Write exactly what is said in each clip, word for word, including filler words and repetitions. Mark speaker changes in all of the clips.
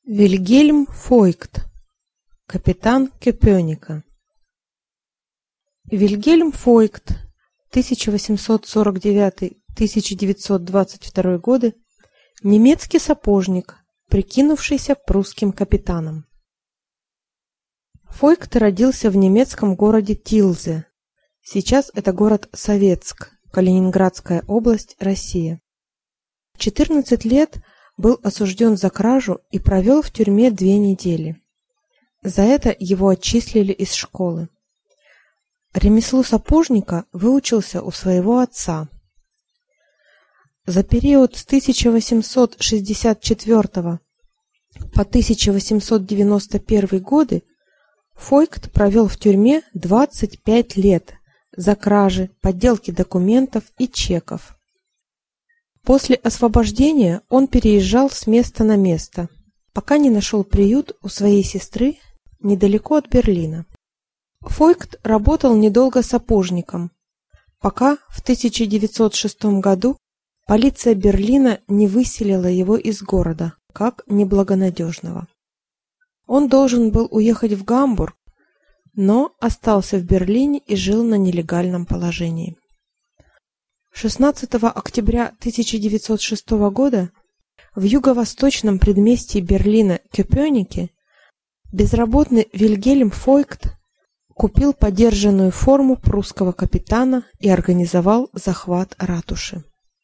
Speaker 1: Вильгельм Фойкт, капитан Кёпёника. Вильгельм Фойкт, тысяча восемьсот сорок девятый — тысяча девятьсот двадцать второй годы, немецкий сапожник, прикинувшийся прусским капитаном. Фойкт родился в немецком городе Тилзе. Сейчас это город Советск, Калининградская область, Россия. В четырнадцать лет был осужден за кражу и провел в тюрьме две недели. За это его отчислили из школы. Ремеслу сапожника выучился у своего отца. За период с тысяча восемьсот шестьдесят четвёртого по тысяча восемьсот девяносто первый годы Фойкт провел в тюрьме двадцать пять лет за кражи, подделки документов и чеков. После освобождения он переезжал с места на место, пока не нашел приют у своей сестры недалеко от Берлина. Фойкт работал недолго сапожником, пока в тысяча девятьсот шестом году полиция Берлина не выселила его из города как неблагонадежного. Он должен был уехать в Гамбург, но остался в Берлине и жил на нелегальном положении. шестнадцатого октября тысяча девятьсот шестого года в юго-восточном предместье Берлина Кёпёнике безработный Вильгельм Фойкт купил подержанную форму прусского капитана и организовал захват ратуши.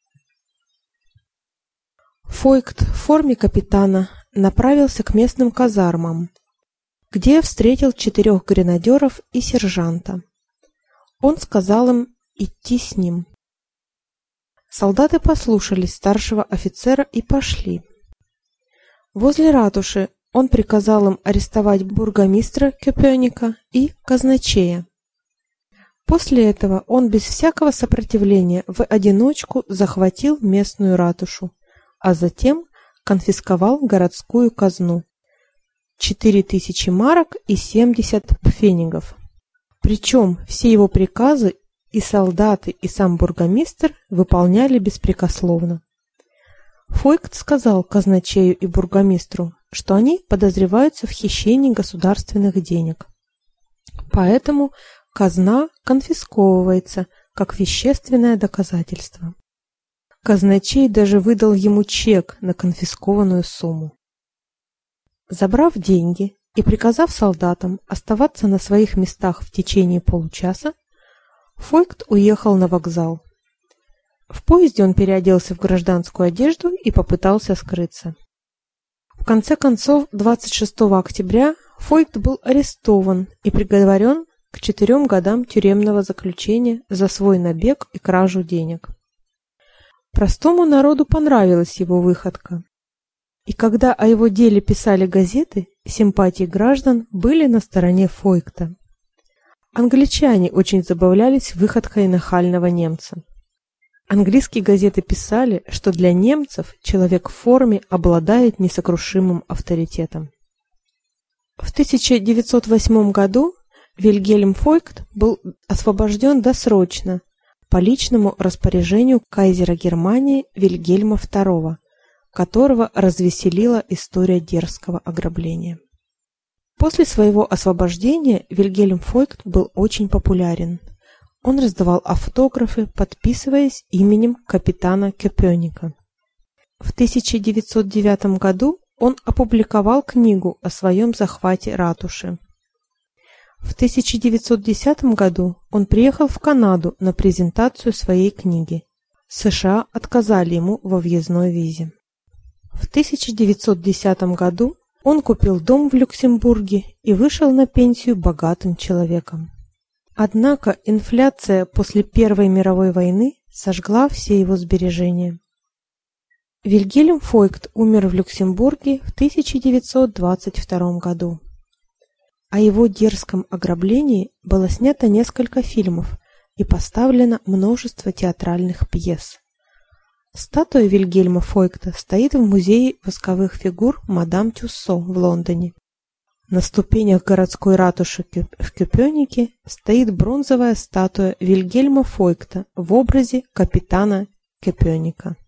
Speaker 1: Фойкт в форме капитана направился к местным казармам, где встретил четырех гренадеров и сержанта. Он сказал им идти с ним. Солдаты послушались старшего офицера и пошли. Возле ратуши он приказал им арестовать бургомистра Кёпёника и казначея. После этого он без всякого сопротивления в одиночку захватил местную ратушу, а затем конфисковал городскую казну — четыре тысячи марок и семьдесят пфенигов. Причем все его приказы и солдаты, и сам бургомистр выполняли беспрекословно. Фойкт сказал казначею и бургомистру, что они подозреваются в хищении государственных денег. Поэтому казна конфисковывается как вещественное доказательство. Казначей даже выдал ему чек на конфискованную сумму. Забрав деньги и приказав солдатам оставаться на своих местах в течение получаса, Фойкт уехал на вокзал. В поезде он переоделся в гражданскую одежду и попытался скрыться. В конце концов, двадцать шестого октября Фойкт был арестован и приговорен к четырем годам тюремного заключения за свой набег и кражу денег. Простому народу понравилась его выходка. И когда о его деле писали газеты, симпатии граждан были на стороне Фойкта. Англичане очень забавлялись выходкой нахального немца. Английские газеты писали, что для немцев человек в форме обладает несокрушимым авторитетом. В тысяча девятьсот восьмом году Вильгельм Фойкт был освобожден досрочно по личному распоряжению кайзера Германии Вильгельма второго, которого развеселила история дерзкого ограбления. После своего освобождения Вильгельм Фойкт был очень популярен. Он раздавал автографы, подписываясь именем капитана Кёпёника. В тысяча девятьсот девятом году он опубликовал книгу о своем захвате ратуши. В тысяча девятьсот десятом году он приехал в Канаду на презентацию своей книги. США отказали ему во въездной визе. В тысяча девятьсот десятом году он купил дом в Люксембурге и вышел на пенсию богатым человеком. Однако инфляция после Первой мировой войны сожгла все его сбережения. Вильгельм Фойкт умер в Люксембурге в тысяча девятьсот двадцать втором году. О его дерзком ограблении было снято несколько фильмов и поставлено множество театральных пьес. Статуя Вильгельма Фойкта стоит в музее восковых фигур мадам Тюссо в Лондоне. На ступенях городской ратуши в Кёпёнике стоит бронзовая статуя Вильгельма Фойкта в образе капитана Кёпёника.